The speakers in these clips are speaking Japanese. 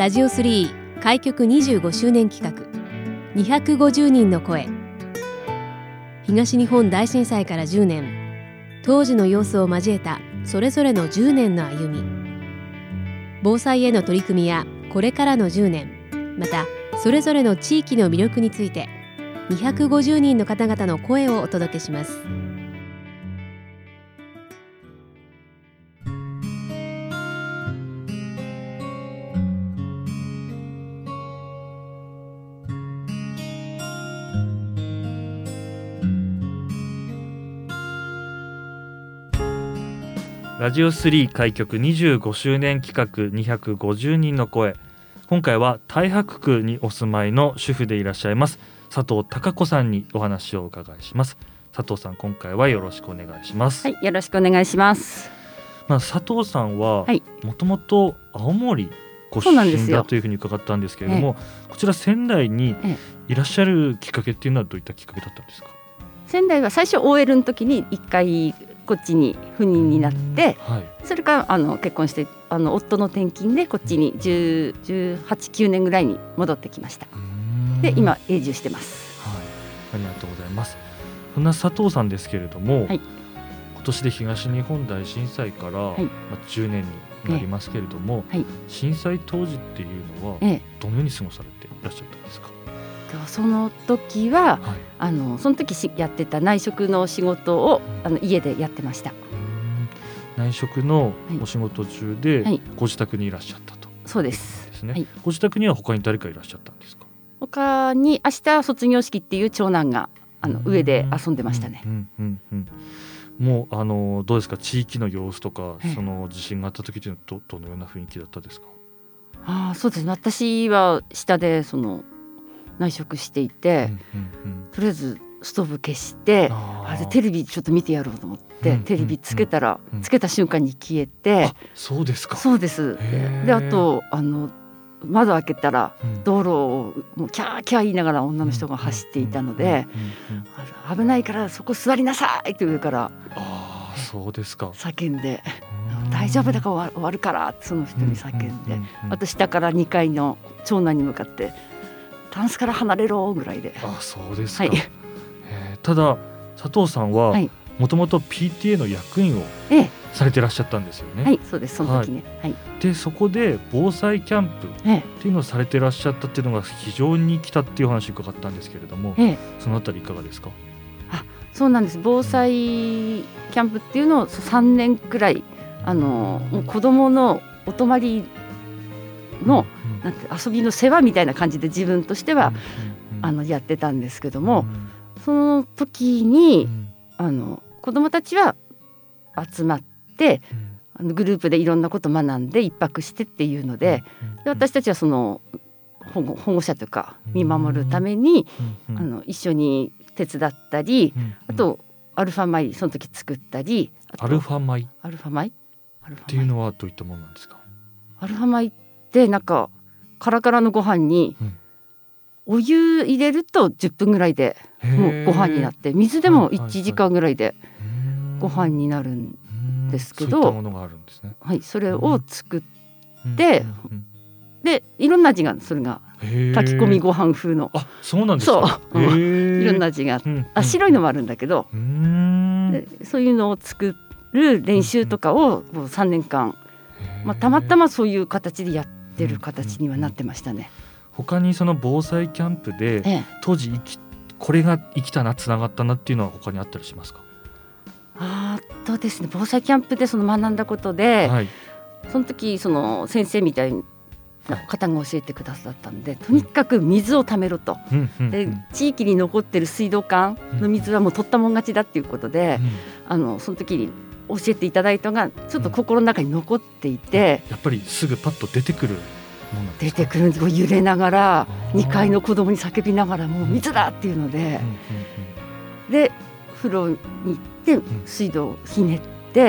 ラジオ3開局25周年企画250人の声。東日本大震災から10年、当時の様子を交えたそれぞれの10年の歩み、防災への取り組みやこれからの10年、またそれぞれの地域の魅力について250人の方々の声をお届けします。 ラジオ3開局25周年企画250人の声。今回は太白区にお住まいの主婦でいらっしゃいます佐藤孝子さんにお話をお伺いします。佐藤さん、今回はよろしくお願いします。 はい、よろしくお願いします。 佐藤さんははい、 もともと青森ご出身だというふうに伺ったんですけれども、こちら仙台にいらっしゃるきっかけっていうのはどういったきっかけだったんですか？ 仙台は最初 OL の時に1回こっちに赴任になって、 はい、 それから結婚して夫の転勤でこっちに18、9年ぐらいに戻ってきました。で今永住してます。 はい、ありがとうございます。そんな佐藤さんですけれども、はい、今年で東日本大震災から、10年になりますけれども、震災当時っていうのはどのように過ごされていらっしゃったんですか？ その時は、その時やってた内職の仕事を家でやってました。 内職のお仕事中でご自宅にいらっしゃったと。 そうですね。 ご自宅には他に誰かいらっしゃったんですか？ 他に明日卒業式っていう長男が上で遊んでましたね。 もうどうですか、地域の様子とか、その地震があった時というのはどのような雰囲気だったですか？ そうですね、私は下で内職していて、とりあえずストーブ消してテレビちょっと見てやろうと思って、テレビつけたら、つけた瞬間に消えて。 そうですか。 そうです。であと窓開けたら道路をもうキャーキャー言いながら女の人が走っていたので、危ないからそこ座りなさいって言うから、 そうですか、 叫んで大丈夫だから終わるからってその人に叫んで、あと下から2階の長男に向かってタンスから離れろぐらいで。 そうですか。ただ佐藤さんはもともと PTA の役員をされてらっしゃったんですよね。 はい、そうです、その時ね。 でそこで防災キャンプっていうのをされてらっしゃったっていうのが非常に来たっていう話を伺ったんですけれども、そのあたりいかがですか？ そうなんです。防災キャンプっていうのを3年くらいもう子どものお泊まりのなんて遊びの世話みたいな感じで自分としてはやってたんですけども、その時に子どもたちは集まってグループでいろんなことを学んで一泊してっていうので、私たちはその保護者とか見守るために一緒に手伝ったり、あとアルファ米その時作ったり。 アルファ米っていうのはどういったものなんですか？ アルファ米ってなんかカラカラのご飯にお湯入れると10分ぐらいでもうご飯になって、水でも1時間ぐらいでご飯になるんですけど、 そういったものがあるんですね。 はい、それを作って、でいろんな味が、それが炊き込みご飯風の。 そうなんですか。 いろんな味が白いのもあるんだけど、でそういうのを作る練習とかをもう3年間、たまたまそういう形でやってる形にはなってましたね。 他にその防災キャンプで当時これが生きたな、つながったなっていうのは他にあったりしますか？ ですね、防災キャンプで学んだことで、その時先生みたいな方が教えてくださったんで、とにかく水をためろと、で地域に残ってる水道管の水はもう取ったもん勝ちだっていうことで、その時に教えていただいたのがちょっと心の中に残っていて、 やっぱりすぐパッと出てくるものなんですか？出てくるんです。 揺れながら2階の子供に叫びながらもう水だっていうので、で風呂に行って水道をひねって、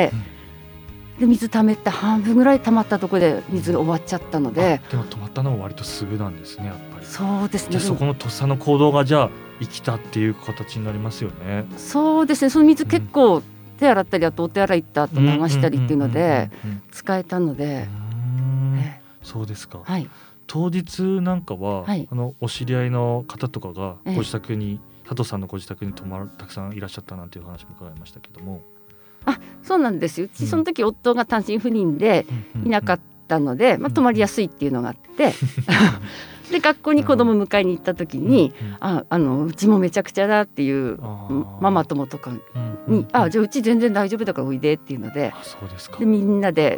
で水溜めて半分ぐらい溜まったところで水が終わっちゃったので。 でも止まったのは割とすぐなんですね、やっぱり。 そうですね。 じゃあそこのとっさの行動がじゃあ生きたっていう形になりますよね。 そうですね。その水結構手洗ったり、あとお手洗い行った後流したりっていうので使えたので。 そうですか。 当日なんかは、 はい、 お知り合いの方とかがええご自宅に、佐藤さんのご自宅にたくさんいらっしゃったなんていう話も伺いましたけども。 そうなんですよ。うちその時夫が単身赴任でいなかったので、泊まりやすいっていうのがあってで学校に子供迎えに行った時に、うちもめちゃくちゃだっていうママ友とかに、じゃあうち全然大丈夫だからおいでっていうので、 そうですか。 でみんなで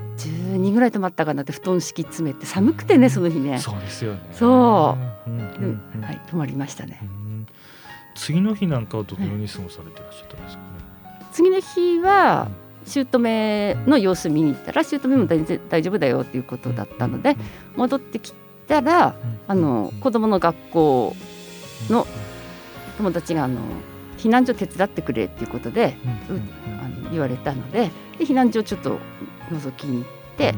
10人ぐらい泊まったかなって、布団敷き詰めて寒くてね、その日ね。 そうですよね。 そう、はい、泊まりましたね。 次の日なんかはどのように過ごされてらっしゃったんですかね。 次の日は姑の様子見に行ったら、姑も全然大丈夫だよっていうことだったので、戻ってきたら子供の学校の友達が避難所手伝ってくれっていうことで言われたので、避難所ちょっと覗きに行って、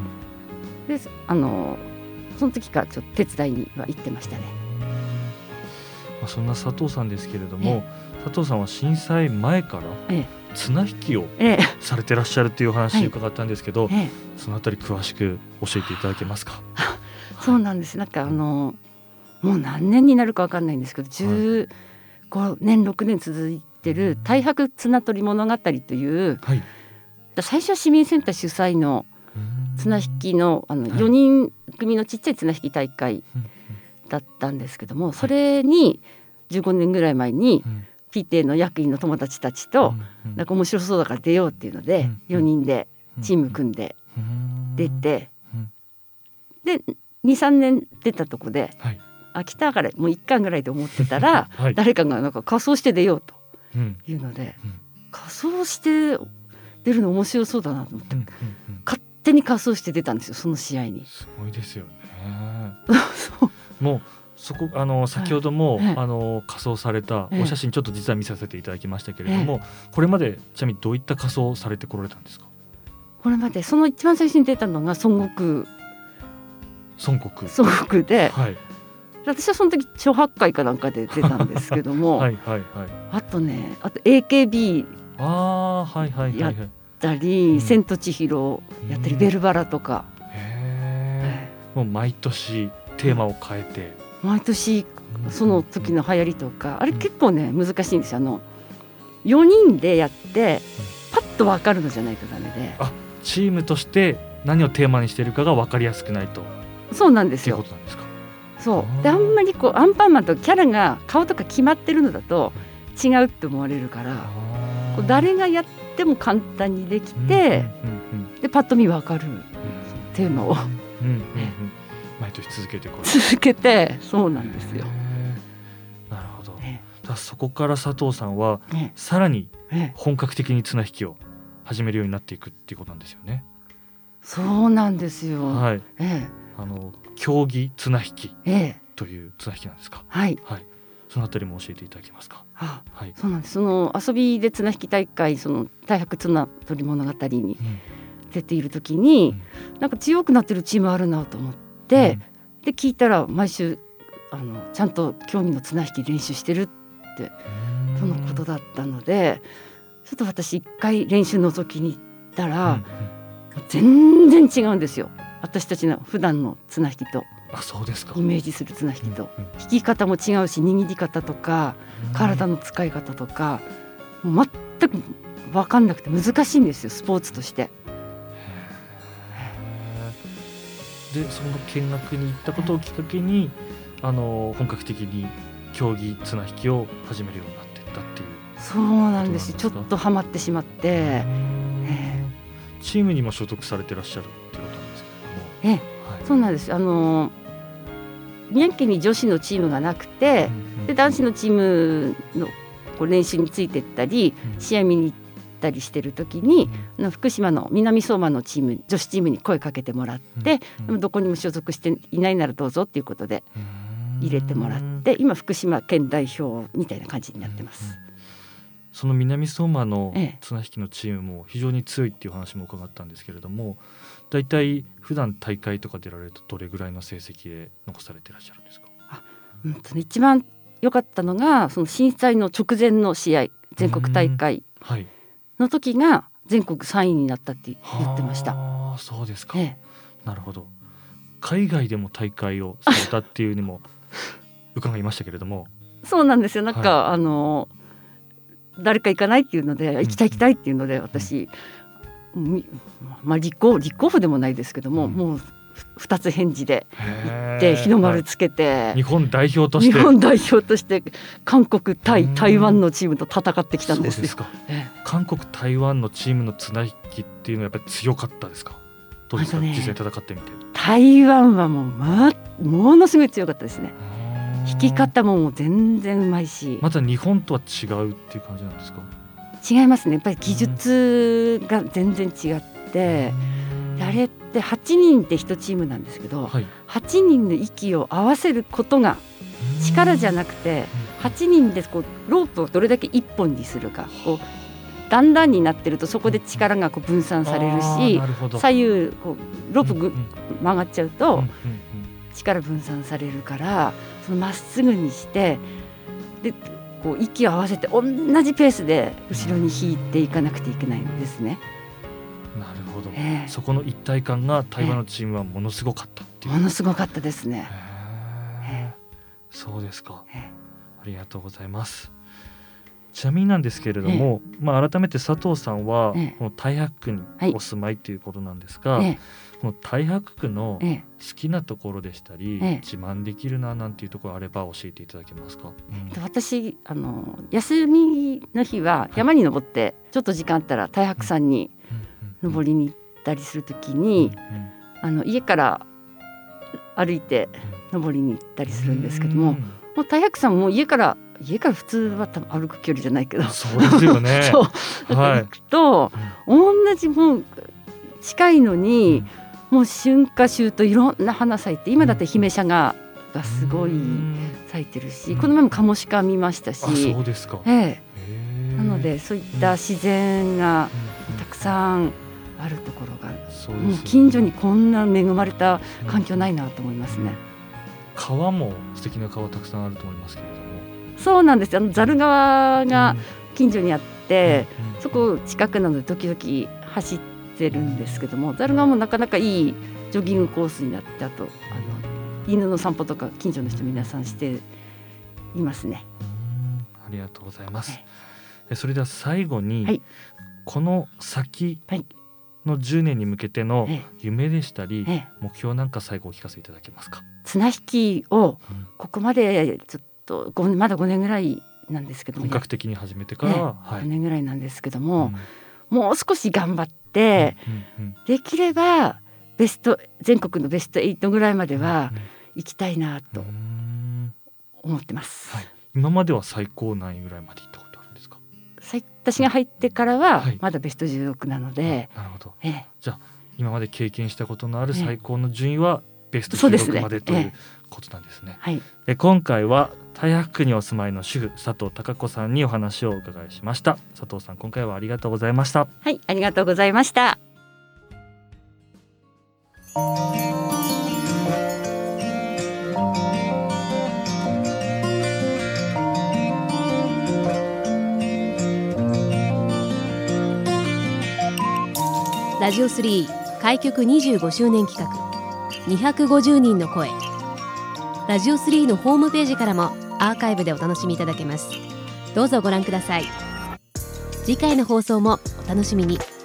でその時からちょっと手伝いには行ってましたね。 そんな佐藤さんですけれども、佐藤さんは震災前から綱引きをされてらっしゃるという話を伺ったんですけど、そのあたり詳しく教えていただけますか。 そうなんです。なんかもう何年になるか分かんないんですけど、15年6年続いてる太白綱取り物語という、最初は市民センター主催の綱引きの4人組のちっちゃい綱引き大会だったんですけども、それに15年ぐらい前にPTAの役員の友達たちとなんか面白そうだから出ようっていうので4人でチーム組んで出て、で 2,3 年出たとこで飽きたからもう1巻ぐらいで思ってたら誰かがなんか仮装して出ようというので、仮装して出るの面白そうだなと思って勝手に仮装して出たんですよ、その試合に。 すごいですよね。もうそこ先ほども、仮装されたお写真ちょっと実は見させていただきましたけれども、これまでちなみにどういった仮装をされてこられたんですか。 これまでその一番最初に出たのが孫悟空で、私はその時諸八海かなんかで出たんですけどもあと AKB やったり、千と千尋やったり、ベルバラとか、 もう毎年テーマを変えて、 毎年その時の流行りとか、あれ結構ね難しいんですよ。4人でやってパッと分かるのじゃないとダメで、 チームとして何をテーマにしているかが分かりやすくないと。 そうなんですよ。 ということなんですか。 そうで、あんまりアンパンマンとキャラが顔とか決まってるのだと違うって思われるから、誰がやっても簡単にできて、でパッと見分かるテーマを毎年続けてそうなんですよ。 なるほど。そこから佐藤さんはさらに本格的に綱引きを始めるようになっていくっていうことなんですよね。 そうなんですよ。 競技綱引きという綱引きなんですか。そのあたりも教えていただけますか。 そうなんです。その遊びで綱引き大会、その太白綱取り物語に出ている時に、なんか強くなってるチームあるなと思って、で聞いたら毎週ちゃんと競技の綱引き練習してるってとのことだったので、ちょっと私一回練習の時に行ったら、全然違うんですよ。私たちの普段の綱引きとイメージする綱引きと、引き方も違うし、握り方とか体の使い方とかもう全く分かんなくて難しいんですよ、スポーツとして。 でその見学に行ったことをきっかけに本格的に競技綱引きを始めるようになっていったっていう。 そうなんです。ちょっとハマってしまって、 チームにも所属されてらっしゃるっていうことなんですけれども。 そうなんです。宮城県に女子のチームがなくて、で男子のチームの練習についていったり、試合見に行ったりしてる時に、福島の南相馬のチーム、女子チームに声かけてもらって、どこにも所属していないならどうぞっていうことで入れてもらって、今福島県代表みたいな感じになってます。 その南相馬の綱引きのチームも非常に強いっていう話も伺ったんですけれども、だいたい普段大会とか出られるとどれぐらいの成績で残されていらっしゃるんですか。 一番良かったのがその震災の直前の試合、全国大会の時が全国3位になったって言ってました。 そうですか。なるほど。 海外でも大会をされたっていうにも伺いましたけれどもそうなんですよ。なんか、誰か行かないっていうので、行きたいっていうので私、立候補でもないですけども、もう2つ返事で行って日の丸つけて、 日本代表として韓国対台湾のチームと戦ってきたんですよ。 そうですか。韓国台湾のチームの綱引きっていうのはやっぱり強かったですか？どうですか、実際戦ってみて。 台湾はものすごい強かったですね。引き方も全然うまいし、 また日本とは違うっていう感じなんですか？ 違いますね。やっぱり技術が全然違って、あれって8人で1チームなんですけど、8人の息を合わせることが力じゃなくて、8人でこうロープをどれだけ1本にするか、こう段々になってるとそこで力がこう分散されるし、左右こうロープ曲がっちゃうと力分散されるから、そのまっすぐにしてでこう息を合わせて同じペースで後ろに引いていかなくていけないんですね。 なるほど、そこの一体感が台湾のチームはものすごかったっていう。 ものすごかったですね。 そうですか、ありがとうございます。ちなみになんですけれども、改めて佐藤さんはこの太白区にお住まいということなんですが、この太白区の好きなところでしたり、自慢できるななんていうところあれば教えていただけますか？ 私休みの日は山に登って、ちょっと時間あったら太白山に登りに行ったりするときに、家から歩いて登りに行ったりするんですけども、もう太白山も家から普通は多分歩く距離じゃないけど、 そうですよねそう行くと、同じもう近いのに、もう春夏秋冬いろんな花咲いて、今だって姫シャがすごい咲いてるし、この前もカモシカ見ましたし。 そうですか。 なのでそういった自然がたくさんあるところが、もう近所にこんな恵まれた環境ないなと思いますね。 川も素敵な川たくさんあると思いますけれども。 そうなんですよ。ざる川が近所にあって、そこ近くなので時々走ってるんですけども、ざる川もなかなかいいジョギングコースになって、あと犬の散歩とか近所の人皆さんしていますね。 ありがとうございます。それでは最後に、この先の10年に向けての夢でしたり、目標なんか最後お聞かせいただけますか？ 綱引きをここまでちょっとまだ5年ぐらいなんですけども、 本格的に始めてから 5年ぐらいなんですけども、もう少し頑張って、できれば全国のベスト8ぐらいまでは行きたいなと思ってます。 今までは最高何位ぐらいまで行ったことあるんですか？ 私が入ってからはまだベスト16なので、 なるほど。じゃあ今まで経験したことのある最高の順位はベスト16までということなんですね。今回は太白区にお住まいの主婦佐藤孝子さんにお話をお伺いしました。佐藤さん、今回はありがとうございました。 はい、ありがとうございました。 ラジオ3開局25周年企画250人の声。ラジオ3のホームページからもアーカイブでお楽しみいただけます。どうぞご覧ください。次回の放送もお楽しみに。